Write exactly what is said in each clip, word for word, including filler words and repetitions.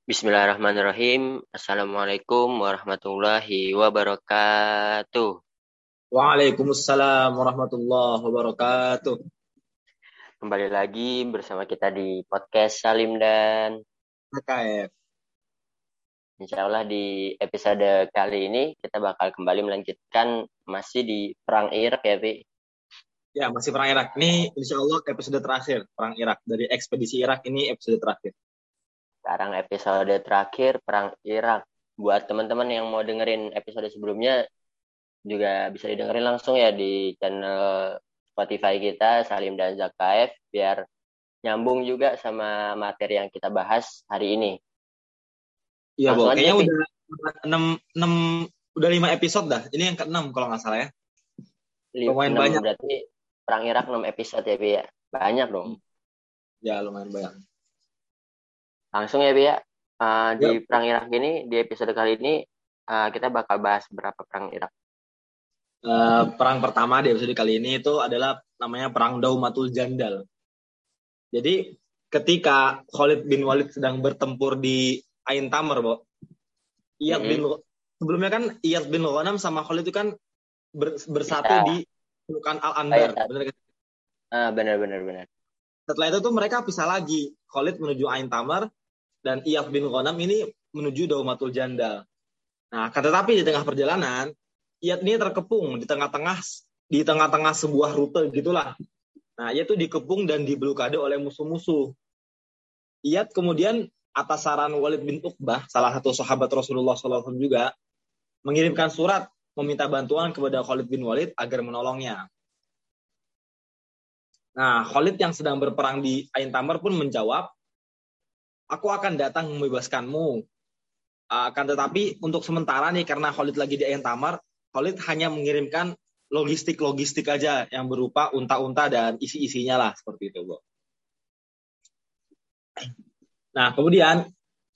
Bismillahirrahmanirrahim. Assalamualaikum warahmatullahi wabarakatuh. Waalaikumsalam warahmatullahi wabarakatuh. Kembali lagi bersama kita di podcast Salim dan K F. Insya Allah di episode kali ini kita bakal kembali melanjutkan masih di Perang Irak ya, Pi? Ya, masih Perang Irak. Ini insya Allah episode terakhir Perang Irak. Dari ekspedisi Irak ini episode terakhir. Sekarang episode terakhir Perang Irak. Buat teman-teman yang mau dengerin episode sebelumnya juga bisa didengerin langsung ya di channel Spotify kita Salim dan Zakaev biar nyambung juga sama materi yang kita bahas hari ini. Iya, Bo. Kayaknya udah enam, enam, udah lima episode dah. Ini yang keenam kalau nggak salah ya. Lumayan banyak. Berarti Perang Irak enam episode ya, Bi ya. Banyak dong. Ya, lumayan banyak. Langsung ya, Bi ya. Uh, di ya. Perang Irak ini, di episode kali ini, uh, kita bakal bahas berapa perang Irak. Uh, perang pertama di episode kali ini itu adalah namanya Perang Daumatul Jandal. Jadi ketika Khalid bin Walid sedang bertempur di Ain Tamr, Bo. Iyad mm-hmm. bin sebelumnya kan Iyad bin Ghanam sama Khalid itu kan ber, bersatu ya. Di Pasukan Al-Anbar. Oh, ya. Benar kan? Ah, benar benar benar. Setelah itu tuh mereka pisah lagi. Khalid menuju Ain Tamr dan Iyad bin Ghanam ini menuju Daumatul Jandal. Nah, tetapi di tengah perjalanan Iyad ini terkepung di tengah-tengah di tengah-tengah sebuah rute gitulah. Nah, ia tuh dikepung dan diblokade oleh musuh-musuh. Iyad kemudian atas saran Walid bin Uqbah, salah satu sahabat Rasulullah shallallahu alaihi wasallam juga, mengirimkan surat meminta bantuan kepada Khalid bin Walid agar menolongnya. Nah, Khalid yang sedang berperang di Ain Tamr pun menjawab, aku akan datang membebaskanmu. Akan tetapi untuk sementara nih, karena Khalid lagi di Ain Tamr, Khalid hanya mengirimkan logistik-logistik aja yang berupa unta-unta dan isi-isinya lah, seperti itu, Bo. Nah, kemudian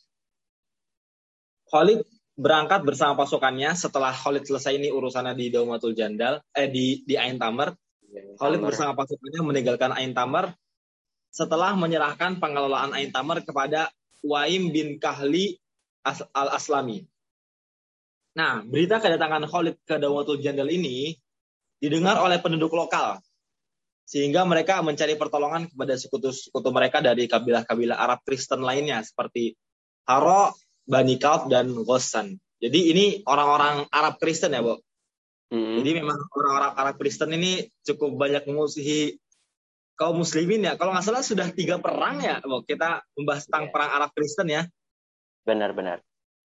Khalid berangkat bersama pasukannya setelah Khalid selesai ini urusannya di Daumatul Jandal, eh di di Ain Tamr. Khalid bersama pasukannya meninggalkan Ain Tamr setelah menyerahkan pengelolaan Ain Tamr kepada Waim bin Kahli al-Aslami. Nah, berita kedatangan Khalid ke Daumatul Jandal ini didengar oleh penduduk lokal, sehingga mereka mencari pertolongan kepada sekutu-sekutu mereka dari kabilah-kabilah Arab Kristen lainnya seperti Haro, Bani Kalb, dan Ghassan. Jadi ini orang-orang Arab Kristen ya, Bo. Mm-hmm. Jadi memang orang-orang Arab Kristen ini cukup banyak memusuhi kaum muslimin ya. Kalau nggak salah sudah tiga perang ya, Bo. Kita membahas tentang yeah. perang Arab Kristen ya. Benar-benar.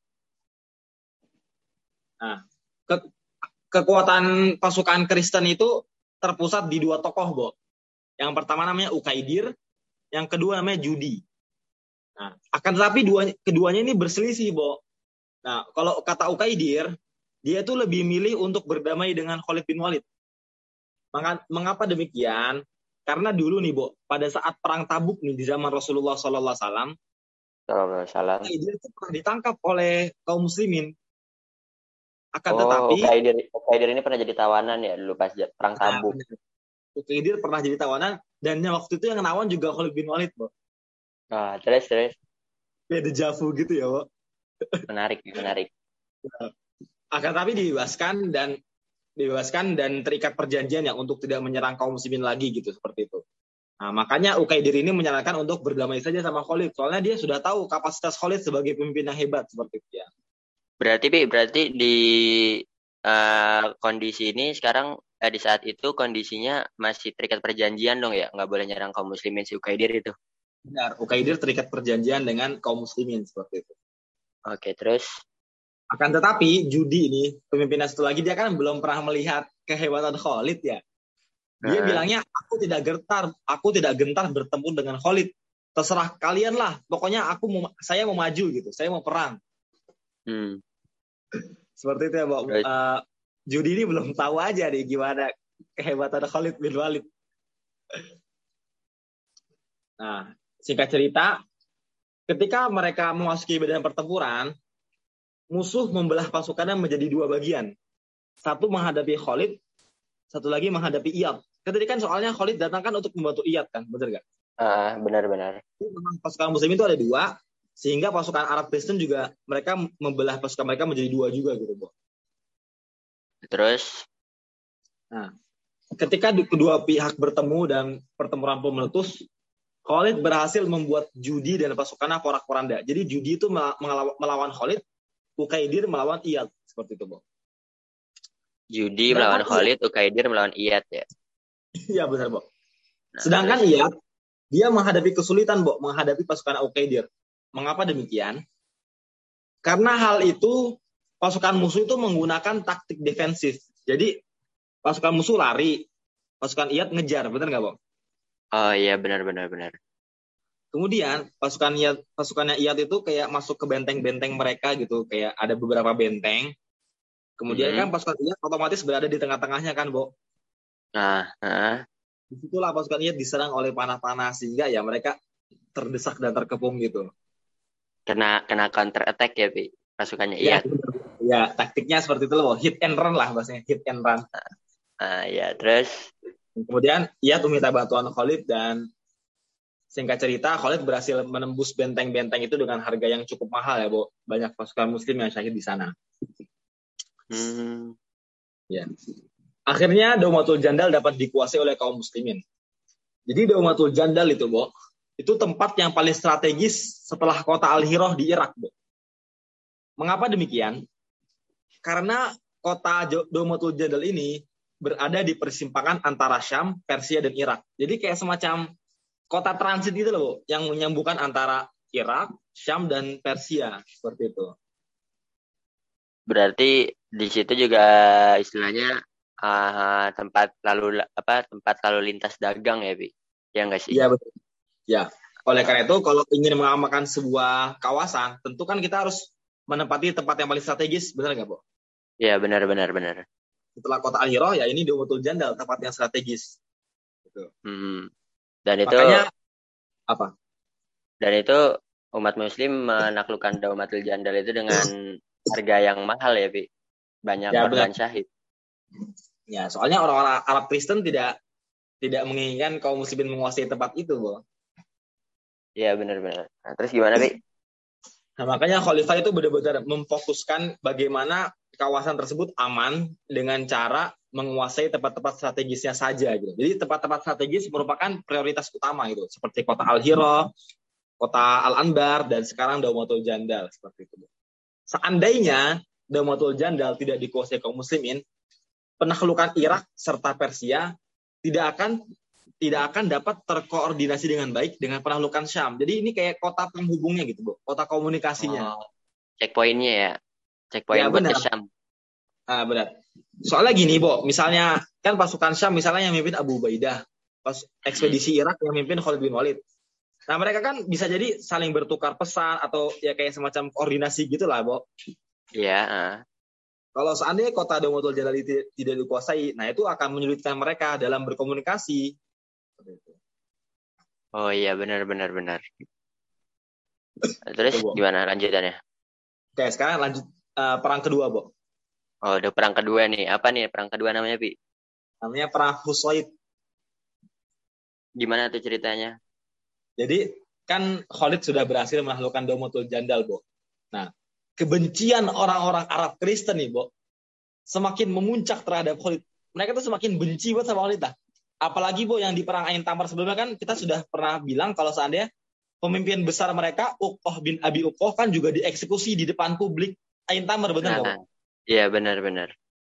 Nah, ke- kekuatan pasukan Kristen itu terpusat di dua tokoh, Bo. Yang pertama namanya Ukaidir, yang kedua namanya Judi. Nah, akan tetapi dua, keduanya ini berselisih, Bo. Nah, kalau kata Ukaidir, dia itu lebih milih untuk berdamai dengan Khalid bin Walid. Mengapa demikian? Karena dulu nih, Bo, pada saat perang Tabuk nih di zaman Rasulullah shallallahu alaihi wasallam, Ukaidir itu pernah ditangkap oleh kaum muslimin. Akan oh, tetapi Ukaidir, Ukaidir ini pernah jadi tawanan ya dulu pas perang Tabuk. Nah, Ukaidir pernah jadi tawanan dan waktu itu yang nawan juga Khalid bin Walid, Bo. Ah, terus terus. Kayak dejavu gitu ya, Bo. Menarik, menarik. Akan tetapi dibebaskan dan dibebaskan dan terikat perjanjian ya untuk tidak menyerang kaum muslimin lagi gitu seperti itu. Nah, makanya Ukaidir ini menyarankan untuk berdamai saja sama Khalid, soalnya dia sudah tahu kapasitas Khalid sebagai pemimpin yang hebat seperti itu ya. Berarti Bi, berarti di uh, kondisi ini sekarang eh, di saat itu kondisinya masih terikat perjanjian dong ya, nggak boleh nyerang kaum muslimin si Ukaidir itu. Benar, Ukaidir terikat perjanjian dengan kaum muslimin seperti itu. Oke, terus akan tetapi Judi ini pemimpin satu lagi dia kan belum pernah melihat kehebatan Khalid ya. Dia uh. bilangnya aku tidak gentar, aku tidak gentar bertemu dengan Khalid. Terserah kalian lah, pokoknya aku mau, saya mau maju gitu, saya mau perang. Hmm. Seperti itu ya, Bo. Right. Uh, Judi ini belum tahu aja nih gimana kehebatan Khalid bin Walid. Nah, singkat cerita, ketika mereka memasuki medan pertempuran, musuh membelah pasukannya menjadi dua bagian. Satu menghadapi Khalid, satu lagi menghadapi Iyad. Tadi kan soalnya Khalid datang kan untuk membantu Iyad kan, benar nggak? Ah, uh, benar-benar. Pasukan muslim itu ada dua. Sehingga pasukan Arab Kristen juga mereka membelah pasukan mereka menjadi dua juga gitu, Bo. Terus? Nah, ketika kedua pihak bertemu dan pertempuran pun meletus, Khalid berhasil membuat Judi dan pasukannya porak-poranda. Jadi Judi itu melawan Khalid, Ukaidir melawan Iyad, seperti itu, Bo. Judi melawan Khalid, Ukaidir melawan Iyad ya. Iya benar, Bo. Nah, sedangkan terus? Iyad dia menghadapi kesulitan, Bo, menghadapi pasukan Ukaidir. Mengapa demikian? Karena hal itu pasukan musuh itu menggunakan taktik defensif. Jadi pasukan musuh lari, pasukan Iyad ngejar, benar nggak, Bo? Oh iya, benar-benar benar. Kemudian pasukan Iyad, pasukannya Iyad itu kayak masuk ke benteng-benteng mereka gitu, kayak ada beberapa benteng. Kemudian hmm. kan pasukan Iyad otomatis berada di tengah-tengahnya kan, Bo. Nah, nah. Disitulah pasukan Iyad diserang oleh panah-panah sehingga ya mereka terdesak dan terkepung gitu. Kena kena counter attack ya, Pi, pasukannya Ya, Iyad. ya, taktiknya seperti itu loh, hit and run lah bahasanya, hit and run. Ah, ya, terus? Kemudian Iyad meminta bantuan Khalid dan singkat cerita Khalid berhasil menembus benteng-benteng itu dengan harga yang cukup mahal ya, Bo. Banyak pasukan muslim yang syahid di sana. Hmm. Ya. Akhirnya Daumatul Jandal dapat dikuasai oleh kaum muslimin. Jadi Daumatul Jandal itu, Bo, itu tempat yang paling strategis setelah kota Al-Hirah di Irak, Bo. Mengapa demikian? Karena kota Daumatul Jandal ini berada di persimpangan antara Syam, Persia, dan Irak. Jadi kayak semacam kota transit gitu loh, Bo, yang menyambungkan antara Irak, Syam, dan Persia. Seperti itu. Berarti di situ juga istilahnya uh, tempat lalu apa tempat lalu lintas dagang ya, Pi? Ya nggak sih? Iya, betul. Ya. Oleh karena itu, kalau ingin mengamankan sebuah kawasan, tentu kan kita harus menempati tempat yang paling strategis, benar nggak, Bo? Iya, benar, benar, benar. Setelah kota Al-Hirah, ya ini Daumatul Jandal, tempat yang strategis. Gitu. Hmm. Dan itu makanya apa? Dan itu umat muslim menaklukkan Daumatul Jandal itu dengan harga yang mahal ya, Pi. Banyak Ya, korban benar. syahid. Ya, soalnya orang-orang Arab Kristen tidak tidak menginginkan kaum muslimin menguasai tempat itu, Bo. Iya, benar-benar. Nah, terus gimana, Pi? Nah, makanya khalifah itu benar-benar memfokuskan bagaimana kawasan tersebut aman dengan cara menguasai tempat-tempat strategisnya saja gitu. Jadi tempat-tempat strategis merupakan prioritas utama gitu, seperti kota Al-Hirah, kota Al-Anbar, dan sekarang Daumatul Jandal seperti itu. Seandainya Daumatul Jandal tidak dikuasai kaum muslimin, penaklukan Irak serta Persia tidak akan tidak akan dapat terkoordinasi dengan baik dengan penaklukan Syam. Jadi ini kayak kota penghubungnya gitu, Bo. Kota komunikasinya. Oh, checkpointnya ya. Checkpoint Ya, buat benar. ke Syam. Ah, benar. Soalnya gini, Bo. Misalnya kan pasukan Syam misalnya yang mimpin Abu Ubaidah. Pas ekspedisi Irak yang mimpin Khalid bin Walid. Nah, mereka kan bisa jadi saling bertukar pesan atau ya kayak semacam koordinasi gitu lah, Bo. Iya, uh. Kalau seandainya kota Daumatul Jandal tidak dikuasai, nah itu akan menyulitkan mereka dalam berkomunikasi. Oh iya, benar-benar benar. Terus itu, gimana lanjutannya? Oke, sekarang lanjut uh, perang kedua, Bo. Oh, udah perang kedua nih. Apa nih perang kedua namanya, Pi? Namanya perang Husaid. Gimana tuh ceritanya? Jadi kan Khalid sudah berhasil menaklukkan Daumatul Jandal, Bo. Nah, kebencian orang-orang Arab Kristen nih, Bo, semakin memuncak terhadap Khalid. Mereka tuh semakin benci buat sama Khalid lah. Apalagi, Bo, yang di perang Ain Tamar sebelumnya kan kita sudah pernah bilang kalau seandainya pemimpin besar mereka, Uqbah bin Abi Uqbah, kan juga dieksekusi di depan publik Ain Tamar, benar nggak, nah, Bo? Iya, benar-benar.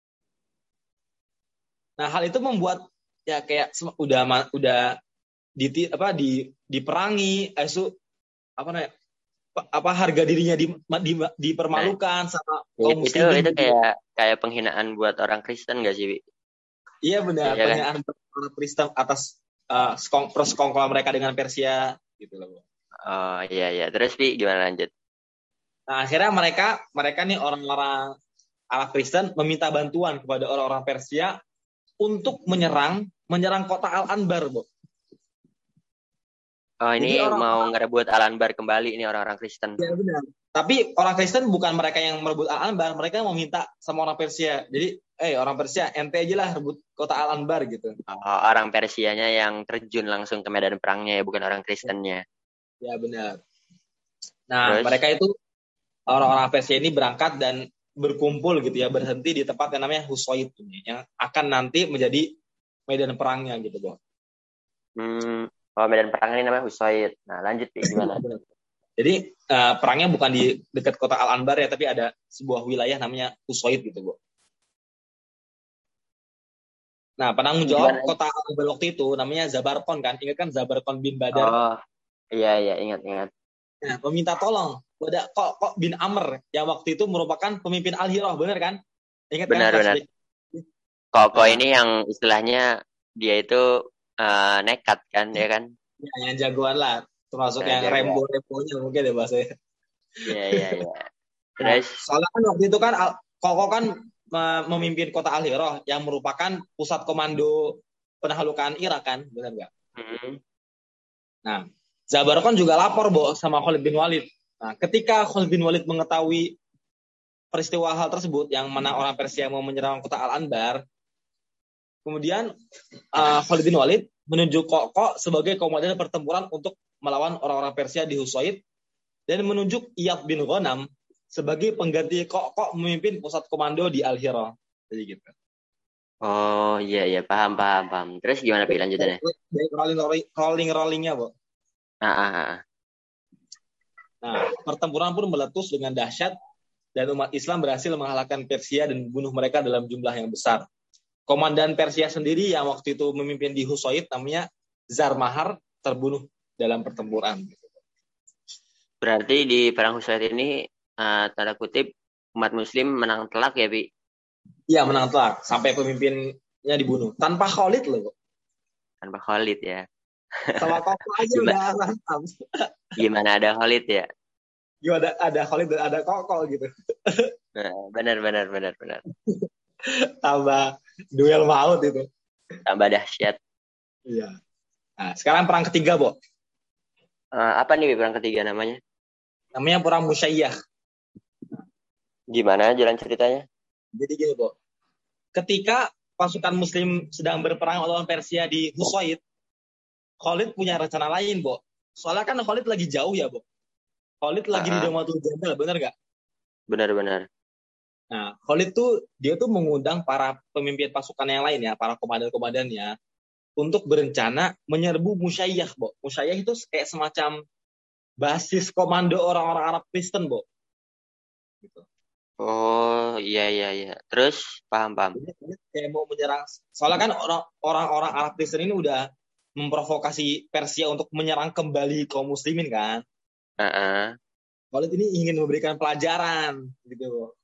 Nah, hal itu membuat ya kayak udah udah di apa di diperangi, isu apa namanya? apa harga dirinya di, di, dipermalukan nah, sama kaum itu, muslimin. Itu kayak kayak penghinaan buat orang Kristen nggak sih, Wi? Iya benar, ya, penghinaan kan? Orang Kristen atas uh, persekongkolan mereka dengan Persia gitu loh. Oh iya iya, terus Wi gimana lanjut? Nah, akhirnya mereka mereka nih orang-orang Arab Kristen meminta bantuan kepada orang-orang Persia untuk menyerang menyerang kota Al-Anbar, Bo. Oh, ini orang, mau ngerebut Al-Anbar kembali ini orang-orang Kristen. Ya benar. Tapi orang Kristen bukan mereka yang merebut Al-Anbar, mereka mau minta sama orang Persia. Jadi, eh orang Persia, ente aja lah rebut kota Al-Anbar gitu. Oh, orang Persianya yang terjun langsung ke medan perangnya ya, bukan orang Kristennya. Ya benar. Nah, Terus? mereka itu orang-orang Persia ini berangkat dan berkumpul gitu ya, berhenti di tempat yang namanya Husaid ini, yang akan nanti menjadi medan perangnya gitu, Bro. Hmm, oh, medan perang ini namanya Husaid. Nah, lanjut, Pi. Gimana? Jadi uh, perangnya bukan di dekat kota Al-Anbar ya, tapi ada sebuah wilayah namanya Husaid gitu, Bro. Nah, penanggung jawab Gimana? kota Al-Anbar waktu itu namanya Zabarkon kan, ingat kan Zabarkon bin Badar. Oh, iya, iya, ingat-ingat. Nah, meminta tolong pada kok kok bin Amr yang waktu itu merupakan pemimpin Al-Hirah, benar kan? Ingat kan Benar-benar. flashback? Koko Nah, ini yang istilahnya dia itu uh, nekat kan, ya kan? ya, yang jagoan lah, termasuk Nah, yang jago. Rembo-Rembonya mungkin ya bahasanya. Iya, iya, iya. Nah, Terus? soalnya kan waktu itu kan Al- Koko kan me- memimpin kota Al-Hirah yang merupakan pusat komando penaklukan Irak kan, benar nggak? Hmm. Nah, Zabarkon juga lapor Bo sama Khalid bin Walid. Nah, ketika Khalid bin Walid mengetahui peristiwa hal tersebut yang mana orang Persia mau menyerang kota Al-Anbar, kemudian uh, Khalid bin Walid menunjuk Koko sebagai komandan pertempuran untuk melawan orang-orang Persia di Husaid dan menunjuk Iyad bin Ghanam sebagai pengganti Koko memimpin pusat komando di Al-Hira. Jadi gitu. Oh, iya, iya. Paham, paham, paham. Terus gimana, Pi, lanjutannya? Dari rolling rolling rollingnya, Bo. Ah, ah, ah. Nah, pertempuran pun meletus dengan dahsyat dan umat Islam berhasil mengalahkan Persia dan membunuh mereka dalam jumlah yang besar. Komandan Persia sendiri yang waktu itu memimpin di Husaid namanya Zarmahar terbunuh dalam pertempuran. Berarti di perang Husaid ini, uh, tanda kutip, umat Muslim menang telak ya, Pi? Iya, menang telak sampai pemimpinnya dibunuh tanpa Khalid loh. Tanpa Khalid ya. Sama Koko aja Gimana, udah mantap. gimana ada Khalid ya? Yo, ada ada Khalid dan ada Koko gitu. Nah, benar, benar, benar, benar. Tambah duel maut itu. Tambah dahsyat. Iya. Nah, sekarang perang ketiga, Bo. Uh, apa nih perang ketiga namanya? Namanya perang Musyayyah. Gimana jalan ceritanya? Jadi gini, Bo. Ketika pasukan Muslim sedang berperang melawan Persia di Husaid, Khalid punya rencana lain, Bo. Soalnya kan Khalid lagi jauh ya, Bo. Khalid lagi uh-huh. di Daumatul Jandal, benar nggak? Benar-benar. Nah, Khalid tuh dia tuh mengundang para pemimpin pasukan yang lain ya, para komandan-komandannya untuk berencana menyerbu Musyayyah, Bo. Musyayyah itu kayak semacam basis komando orang-orang Arab Kristen, Bo. Gitu. Oh, iya, iya, iya. Terus, paham-paham. Kayak mau menyerang. Soalnya kan orang-orang Arab Kristen ini udah memprovokasi Persia untuk menyerang kembali kaum muslimin kan. Uh-uh. Khalid ini ingin memberikan pelajaran, gitu.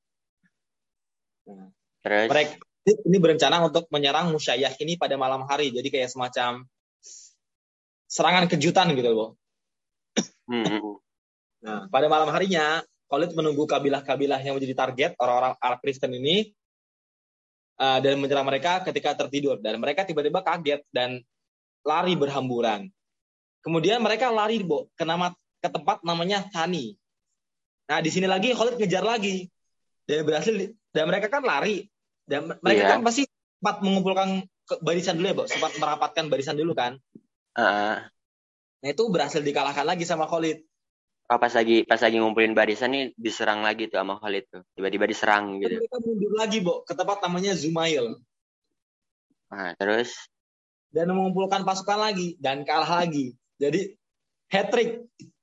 Nah, terus? Mereka ini berencana untuk menyerang Musyayyah ini pada malam hari. Jadi kayak semacam serangan kejutan gitu loh. Hmm. Nah, pada malam harinya, Khalid menunggu kabilah-kabilah yang menjadi target orang-orang Arab Kristen ini uh, dan menyerang mereka ketika tertidur. Dan mereka tiba-tiba kaget dan lari berhamburan. Kemudian mereka lari, Bo, ke, nama, ke tempat namanya Thani. Nah, di sini lagi Khalid ngejar lagi. Dan berhasil, dan mereka kan lari. Dan mereka yeah. kan pasti sempat mengumpulkan barisan dulu ya, Bo. Sempat merapatkan barisan dulu kan. Uh-uh. Nah, itu berhasil dikalahkan lagi sama Khalid. Oh, pas lagi pas lagi ngumpulin barisan nih diserang lagi tuh sama Khalid tuh. Tiba-tiba diserang gitu. Mereka mundur lagi, Bo, ke tempat namanya Zumail. Nah, terus? Dan mengumpulkan pasukan lagi dan kalah lagi. Jadi hat trick.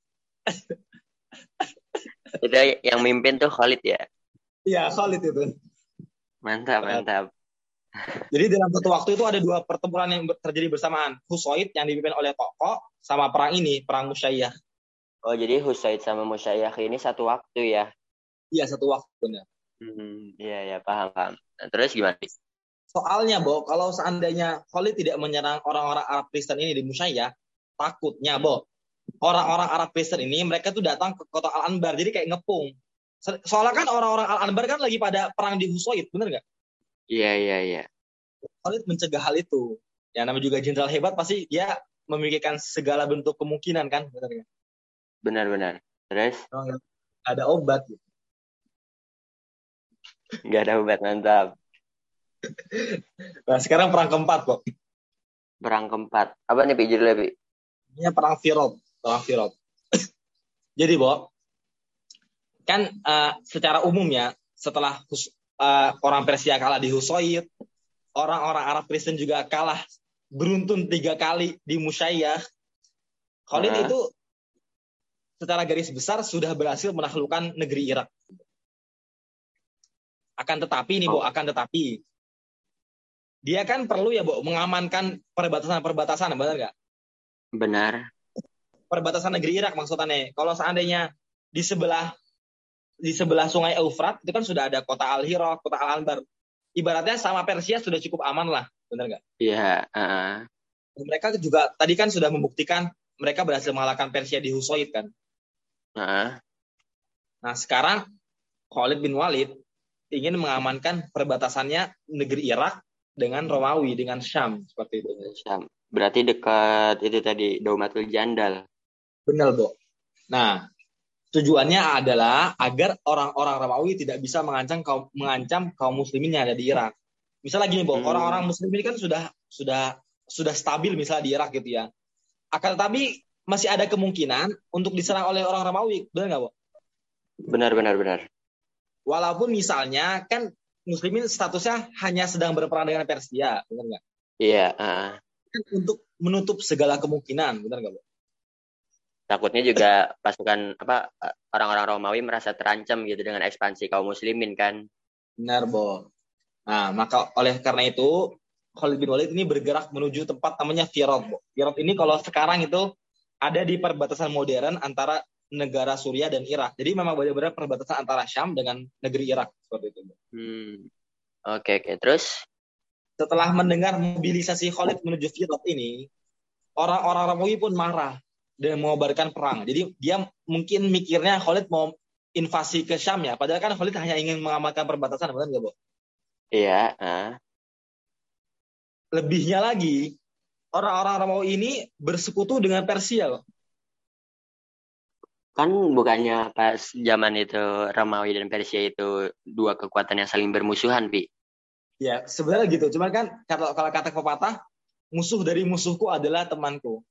Itu yang mimpin tuh Khalid ya? Iya, Khalid itu. Mantap, mantap. Jadi dalam satu waktu itu ada dua pertempuran yang terjadi bersamaan. Husaid yang dipimpin oleh Koko sama perang ini, perang Musyayyah. Oh, jadi Husaid sama Musyayyah ini satu waktu ya? Iya, satu waktu benar. Hmm, iya, ya, paham, paham. Nah, terus gimana? Soalnya, Bo, kalau seandainya Khalid tidak menyerang orang-orang Arab Kristen ini di Musyayyah, takutnya, Bo, orang-orang Arab Kristen ini mereka tuh datang ke kota Al-Anbar, jadi kayak ngepung. Soalnya kan orang-orang Al-Anbar kan lagi pada perang di Husaid, bener nggak? Iya, iya, iya. Khalid mencegah hal itu. Ya, namanya juga jenderal hebat, pasti dia memikirkan segala bentuk kemungkinan kan, bener nggak? Benar-benar. Terus? Oh, nggak ada obat. Gitu. Nggak ada obat, mantap. Nah, sekarang perang keempat, kok. Perang keempat. Apa nih, Pi, judulnya, Pi? Ini perang Firot. Perang Firot. Jadi, Bo, kan uh, secara umum ya, setelah uh, orang Persia kalah di Husaid, orang-orang Arab Kristen juga kalah beruntun tiga kali di Musayyah. Khalid uh-huh. itu secara garis besar sudah berhasil menaklukkan negeri Irak. Akan tetapi nih, Bo, akan tetapi dia kan perlu ya, Bo, mengamankan perbatasan-perbatasan, benar nggak? Benar. Perbatasan negeri Irak maksudnya. Kalau seandainya di sebelah di sebelah Sungai Eufrat itu kan sudah ada kota Al-Hira, kota Al-Anbar. Ibaratnya sama Persia sudah cukup aman lah, benar nggak? Iya. Uh. Mereka juga tadi kan sudah membuktikan mereka berhasil mengalahkan Persia di Husaid kan. Uh. Nah sekarang Khalid bin Walid ingin mengamankan perbatasannya negeri Irak dengan Romawi, dengan Syam seperti itu. Syam. Berarti dekat itu tadi Daumatul Jandal. Benar, Bo. Nah, tujuannya adalah agar orang-orang Romawi tidak bisa mengancam kaum mengancam kaum muslimin yang ada di Irak. Misalnya gini, Bo, hmm. orang-orang muslimin kan sudah sudah sudah stabil misalnya di Irak gitu ya. Akan tetapi masih ada kemungkinan untuk diserang oleh orang Romawi, benar nggak, Bo? Benar, benar, benar. Walaupun misalnya kan muslimin statusnya hanya sedang berperang dengan Persia, benar nggak? Iya. Uh. Kan untuk menutup segala kemungkinan, benar nggak, Bo? Takutnya juga pasukan apa orang-orang Romawi merasa terancam gitu dengan ekspansi kaum muslimin kan. Benar, Bo. Nah, maka oleh karena itu Khalid bin Walid ini bergerak menuju tempat namanya Firot, Bo. Firot ini kalau sekarang itu ada di perbatasan modern antara negara Suriah dan Irak. Jadi memang benar-benar perbatasan antara Syam dengan negeri Irak seperti itu, Bo. Hmm. Oke, oke. Terus setelah mendengar mobilisasi Khalid menuju Firot ini, orang-orang Romawi pun marah dan mengobarkan perang. Jadi dia mungkin mikirnya Khalid mau invasi ke Syam ya. Padahal kan Khalid hanya ingin mengamankan perbatasan, benar nggak, Bo? Iya. Uh. Lebihnya lagi, orang-orang Romawi ini bersekutu dengan Persia, Bo. Kan bukannya pas zaman itu Romawi dan Persia itu dua kekuatan yang saling bermusuhan, Pi? Ya, sebenarnya gitu. Cuma kan kalau kata pepatah, musuh dari musuhku adalah temanku.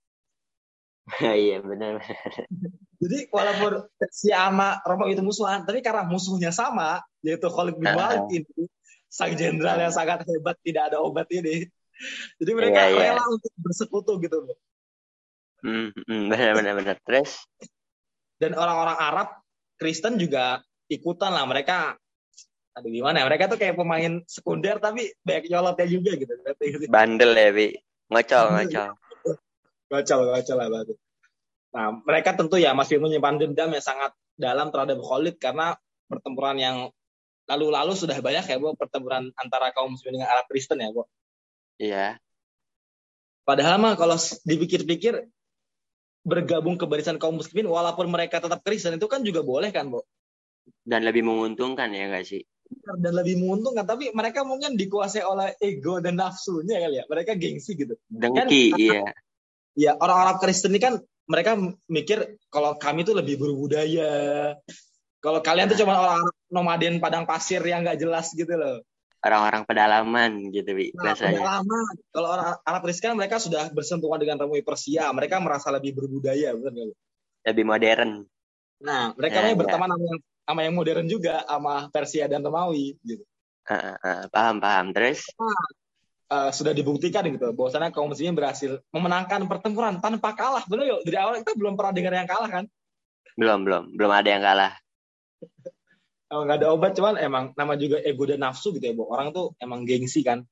Iya benar. Jadi walaupun Persia sama Romawi itu musuhan, tapi karena musuhnya sama, yaitu Khalid bin Walid uh, ini, sang jenderal uh, yang sangat hebat, tidak ada obat ini. Jadi mereka iya, rela iya. untuk bersekutu gitu, Bo. Hmm, hmm, benar benar benar. Terus dan orang-orang Arab Kristen juga ikutan lah, mereka aduh gimana ya, mereka tuh kayak pemain sekunder tapi banyak nyolotnya juga gitu. Bandel ya, Bi. Ngocol, ngocol. Ngocol, ngocol lah batu. Nah, mereka tentu ya masih menyimpan dendam yang sangat dalam terhadap Khalid karena pertempuran yang lalu-lalu sudah banyak ya, Bo, pertempuran antara kaum muslimin dengan Arab Kristen ya, Bo. Iya. Padahal mah kalau dipikir-pikir bergabung ke barisan kaum muslimin walaupun mereka tetap Kristen itu kan juga boleh kan, Bo? Dan lebih menguntungkan ya nggak sih? Dan lebih menguntungkan, tapi mereka mungkin dikuasai oleh ego dan nafsunya kali ya. Mereka gengsi gitu. Dengki, kan, iya. Ya, orang-orang Kristen ini kan mereka mikir kalau kami tuh lebih berbudaya. Kalau kalian nah. tuh cuma orang nomaden padang pasir yang nggak jelas gitu loh. Orang-orang pedalaman gitu, Bi. Nah, pedalaman. Kalau orang Arab Kristen mereka sudah bersentuhan dengan Romawi Persia. Mereka merasa lebih berbudaya, benar nggak? Lebih modern. Nah, mereka ya, ya. berteman sama yang, sama yang modern juga, sama Persia dan Romawi gitu. Uh, uh, paham, paham. Terus? Nah, uh, sudah dibuktikan gitu, bahwasanya kaum muslimin berhasil memenangkan pertempuran tanpa kalah. Benar yuk, dari awal kita belum pernah dengar yang kalah kan? Belum, belum. Belum ada yang kalah. Kalau nggak ada obat, cuman emang nama juga ego dan nafsu gitu ya, Bo. Orang tuh emang gengsi kan.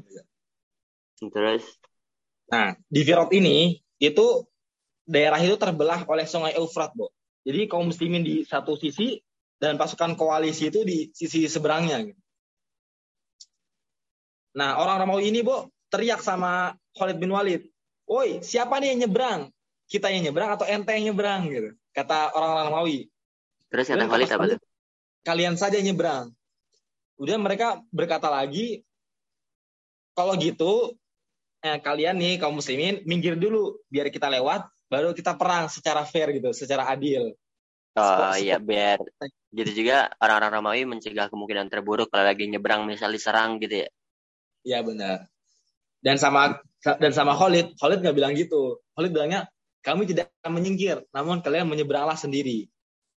Terus? Nah, di Firot ini, itu daerah itu terbelah oleh sungai Eufrat, Bo. Jadi kaum muslimin di satu sisi, dan pasukan koalisi itu di sisi seberangnya. Gitu. Nah, orang Romawi ini, Bo, teriak sama Khalid bin Walid. Woi, siapa nih yang nyebrang? Kita yang nyebrang atau ente yang nyebrang? Gitu. Kata orang-orang Romawi. Terus kata Khalid apa tuh? Kalian saja yang nyebrang. Kemudian mereka berkata lagi, kalau gitu, eh, kalian nih kaum muslimin minggir dulu, biar kita lewat, baru kita perang secara fair gitu, secara adil. Oh iya, biar gitu juga orang-orang Romawi mencegah kemungkinan terburuk kalau lagi nyebrang misal diserang gitu ya. Iya benar. Dan sama dan sama Khalid, Khalid nggak bilang gitu. Khalid bilangnya, kami tidak akan menyingkir, namun kalian menyeberanglah sendiri.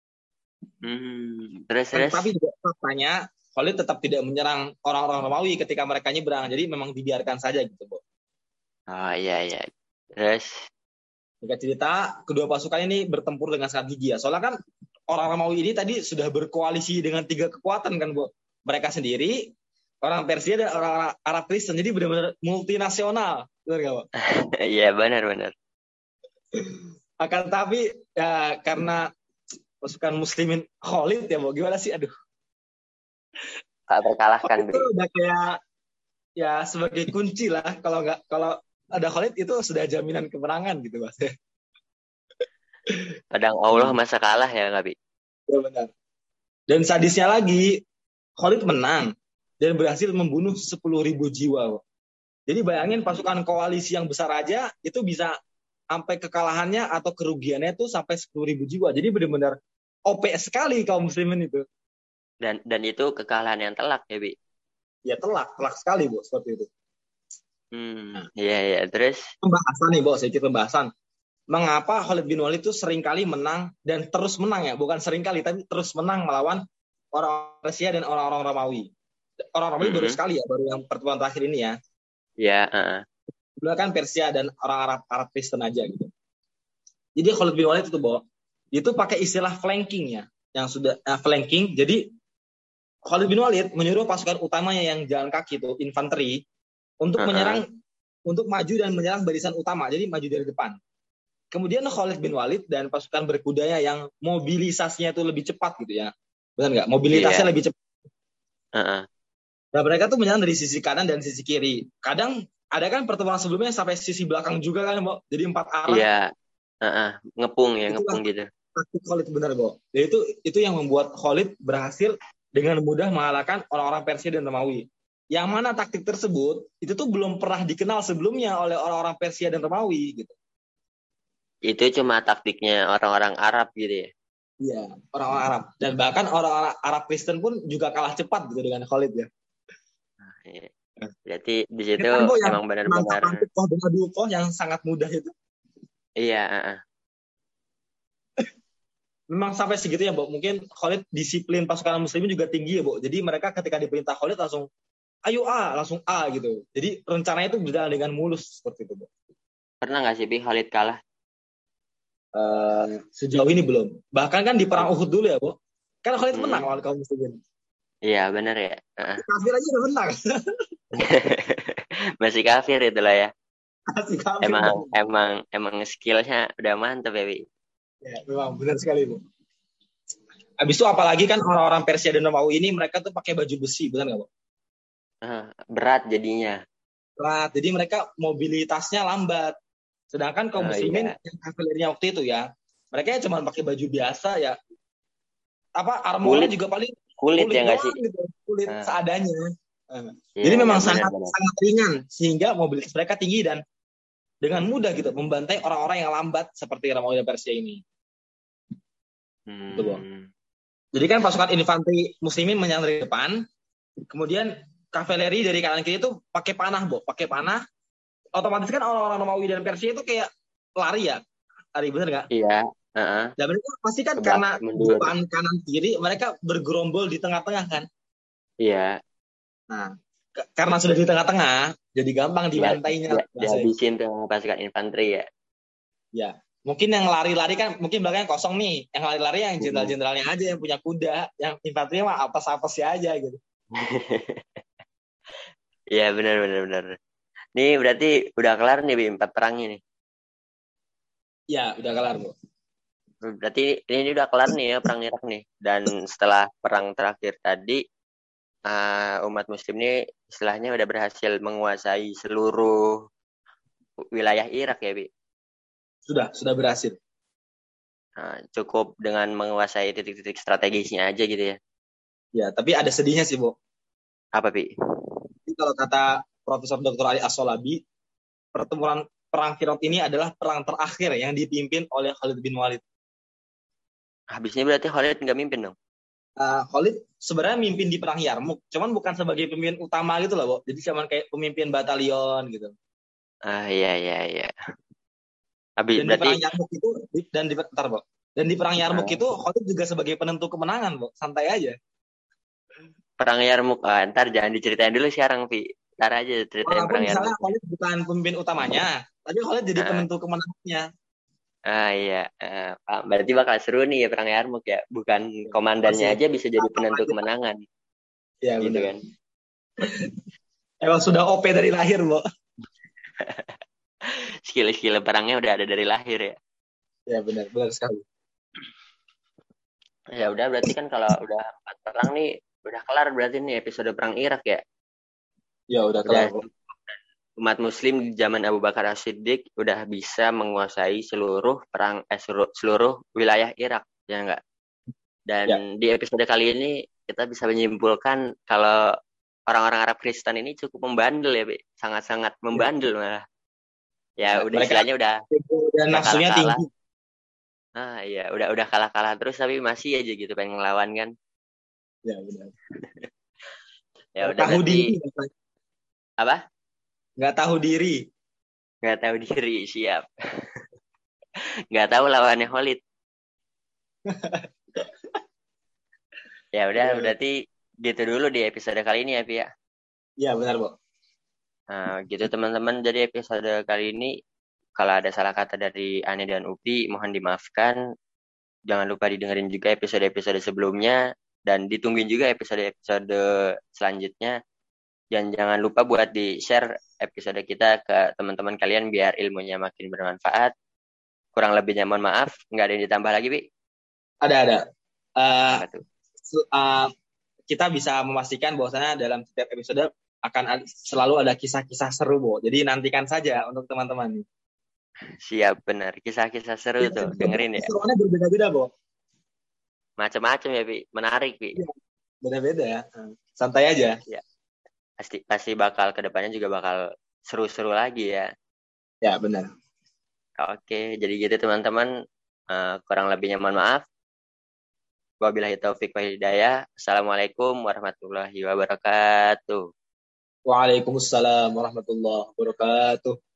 Hmm, terus Kan, terus. tapi juga faktanya Khalid tetap tidak menyerang orang-orang Romawi ketika mereka nyebrang. Jadi memang dibiarkan saja gitu, Bo. Oh iya iya. Terus. Singkat cerita, kedua pasukan ini bertempur dengan sangat gigih ya. Soalnya kan orang Romawi ini tadi sudah berkoalisi dengan tiga kekuatan kan, Bo. Mereka sendiri, orang Persia dan orang Arab Kristen. Jadi benar-benar multinasional. Benar nggak, Bo? Iya benar-benar. Akan tapi ya karena pasukan Muslimin Khalid ya, Bo. Gimana sih? Aduh. Tak terkalahkan, Itu udah kayak ya sebagai kunci lah. Kalau nggak kalau ada Khalid itu sudah jaminan kemenangan gitu, Mas. Pedang Allah masa kalah ya nggak, Bi? Ya benar. Dan sadisnya lagi, Khalid menang dan berhasil membunuh sepuluh ribu jiwa. Jadi bayangin pasukan koalisi yang besar aja itu bisa sampai kekalahannya atau kerugiannya itu sampai sepuluh ribu jiwa. Jadi benar-benar O P sekali kaum muslimin itu. Dan dan itu kekalahan yang telak ya, Bi? Ya telak, telak sekali, Bu, seperti itu. Hmm, iya iya. Terus Pembahasan nih, Bu, sedikit pembahasan. Mengapa Khalid bin Walid itu seringkali menang dan terus menang ya, bukan seringkali tapi terus menang melawan orang Persia dan orang-orang Romawi. Orang Romawi mm-hmm. baru sekali ya, baru yang pertemuan terakhir ini ya. Ya. Uh-uh. Dulu kan Persia dan orang Arab Arab Kristen aja gitu. Jadi Khalid bin Walid itu bawa, itu pakai istilah flanking ya, yang sudah uh, flanking. Jadi Khalid bin Walid menyuruh pasukan utamanya yang jalan kaki itu infanteri untuk uh-uh. menyerang, untuk maju dan menyerang barisan utama. Jadi maju dari depan. Kemudian Khalid bin Walid dan pasukan berkudanya yang mobilisasinya itu lebih cepat gitu ya. Benar nggak? Mobilitasnya yeah. lebih cepat. Uh-uh. Nah mereka tuh menyerang dari sisi kanan dan sisi kiri. Kadang ada kan pertemuan sebelumnya sampai sisi belakang juga kan, Bo. Jadi empat arah. Iya. Yeah. Uh-uh. Ngepung ya, ngepung gitu. Taktik Khalid benar, Bo. Dan itu itu yang membuat Khalid berhasil dengan mudah mengalahkan orang-orang Persia dan Romawi. Yang mana taktik tersebut itu tuh belum pernah dikenal sebelumnya oleh orang-orang Persia dan Romawi gitu. Itu cuma taktiknya orang-orang Arab gitu ya? Iya, orang-orang Arab. Dan bahkan orang-orang Arab Kristen pun juga kalah cepat gitu dengan Khalid ya. Nah, iya. Berarti di situ kan, Bo, emang benar-benar koh dengan dukoh yang sangat mudah itu. Iya. Uh-uh. Memang sampai segitu ya, Bo. Mungkin Khalid disiplin pasukan muslimin juga tinggi ya, Bo. Jadi mereka ketika diperintah Khalid langsung ayo A, langsung A gitu. Jadi rencananya itu berjalan dengan mulus seperti itu, Bo. Pernah nggak sih Bi Khalid kalah? Uh, sejauh ini belum. Bahkan kan di perang Uhud dulu ya, Bo. Kan Khalid hmm. menang lawan kaum muslimin. Iya, benar ya. Uh. Kafir aja udah menang. Masih kafir itulah ya. Masih kafir. Emang dong. emang emang skillnya udah mantap ya, Bi. Ya, memang benar sekali, Bu. Habis itu apalagi kan orang-orang Persia dan Romawi ini mereka tuh pakai baju besi, benar nggak, Bu? Uh, berat jadinya. Berat. Jadi mereka mobilitasnya lambat. Sedangkan kaum muslimin oh, iya. yang kavalerinya waktu itu ya, mereka cuma pakai baju biasa ya. Apa armornya juga paling kulit, kulit ya nggak sih? Gitu. Kulit uh. seadanya. Uh. Yeah, Jadi memang yeah, sangat benar, benar. sangat ringan sehingga mobilitas mereka tinggi dan dengan mudah gitu membantai orang-orang yang lambat seperti Romawi dan Persia ini. Hmm. Gitu, jadi kan pasukan infanteri muslimin menyerang dari depan, kemudian kavaleri dari kanan kiri itu pakai panah, Bo, pakai panah. Otomatis kan orang-orang Romawi dan Persia itu kayak lari ya, lari bener nggak? Iya. Uh-huh. Dan mereka pasti kan Kebak karena depan kanan kiri mereka bergerombol di tengah-tengah kan? Iya. Nah, k- karena sudah di tengah-tengah, jadi gampang dibantainya. Ya, dihabisin tuh pasukan infanteri ya. Ya, mungkin yang lari-lari kan mungkin belakangnya kosong nih, yang lari-lari yang jenderal-jenderalnya aja yang punya kuda, yang infanteri mah apes-apes aja gitu. Iya benar-benar benar. Nih berarti udah kelar nih Bi, empat perang ini. Ya, udah kelar, Bu. Berarti ini udah kelar nih ya perang Irak nih. Dan setelah perang terakhir tadi uh, umat muslim ini istilahnya udah berhasil menguasai seluruh wilayah Irak ya, Bi. Sudah, sudah berhasil. Nah, cukup dengan menguasai titik-titik strategisnya aja gitu ya. Ya, tapi ada sedihnya sih, Bu. Apa, Bi? Jadi kalau kata Profesor Doktor Ali As-Solabi, pertempuran perang Firot ini adalah perang terakhir yang dipimpin oleh Khalid bin Walid. Habisnya berarti Khalid nggak mimpin dong? Uh, Khalid sebenarnya mimpin di perang Yarmuk, cuman bukan sebagai pemimpin utama gitu loh, Bu. Jadi cuman kayak pemimpin batalion gitu. Ah iya iya iya. Habis Dan di berarti perang Yarmuk itu di- dan di bentar, Bo. Dan di perang Yarmuk uh, itu Khalid juga sebagai penentu kemenangan, Bo. Santai aja. perang Yarmuk. Ah, ntar jangan diceritain dulu sekarang, Vi. Ntar aja ceritain Walaupun perang misalnya Yarmuk. Khalid bukan pemimpin utamanya, tapi Khalid jadi Ah, penentu kemenangannya. ah iya, ah, paham. Berarti bakal seru nih ya perang Yarmuk ya. Bukan Ya, komandannya masih aja bisa jadi apa penentu aja. kemenangan, Ya gitu benar. kan. Emang sudah O P dari lahir, Bo. Skill-skill perangnya udah ada dari lahir ya. Ya benar, benar sekali. Ya udah berarti kan kalau udah empat perang nih udah kelar berarti nih episode perang Irak ya. Ya udah kelar, Udah Bo. umat muslim di zaman Abu Bakar As-Siddiq udah bisa menguasai seluruh perang eh, seluruh, seluruh wilayah Irak ya enggak. Ya. Dan di episode kali ini kita bisa menyimpulkan kalau orang-orang Arab Kristen ini cukup membandel ya, Bi. Sangat-sangat Ya. membandel malah. Ya Ya, udah mereka istilahnya udah ego dan udah nafsunya kalah-kalah. tinggi. Ah iya, udah udah kalah-kalah terus tapi masih aja gitu pengen ngelawan kan. Ya benar. Ya Nggak udah tahu berarti diri, apa? nggak tahu diri. Nggak tahu diri, siap. Nggak tahu lawannya Khalid. Ya udah Udah, udah. berarti gitu dulu di episode kali ini ya, Pi ya. Ya benar, Bo. Nah, gitu teman-teman. Jadi episode kali ini kalau ada salah kata dari Ani dan Upi, mohon dimaafkan. Jangan lupa didengerin juga episode-episode sebelumnya dan ditungguin juga episode-episode selanjutnya. Dan jangan lupa buat di-share episode kita ke teman-teman kalian biar ilmunya makin bermanfaat. Kurang lebihnya mohon maaf. Nggak ada yang ditambah lagi, Pi. Ada, ada. Eh, Apa tuh? se- eh, kita bisa memastikan bahwasanya dalam setiap episode akan ad- selalu ada kisah-kisah seru, Bo. Jadi nantikan saja untuk teman-teman. Siap, benar. Kisah-kisah seru Tiap tuh. episode Dengerin ya. keseruannya berbeda-beda, Bo. Macam-macam ya, Pi. Menarik, Pi. Iya, beda-beda ya. Santai aja. Ya, pasti pasti bakal kedepannya juga bakal seru-seru lagi ya. Ya, benar. Oke, jadi gitu teman-teman. Eh, kurang lebihnya mohon maaf. Wabillahi taufik wal hidayah. Assalamualaikum warahmatullahi wabarakatuh. Waalaikumsalam warahmatullahi wabarakatuh.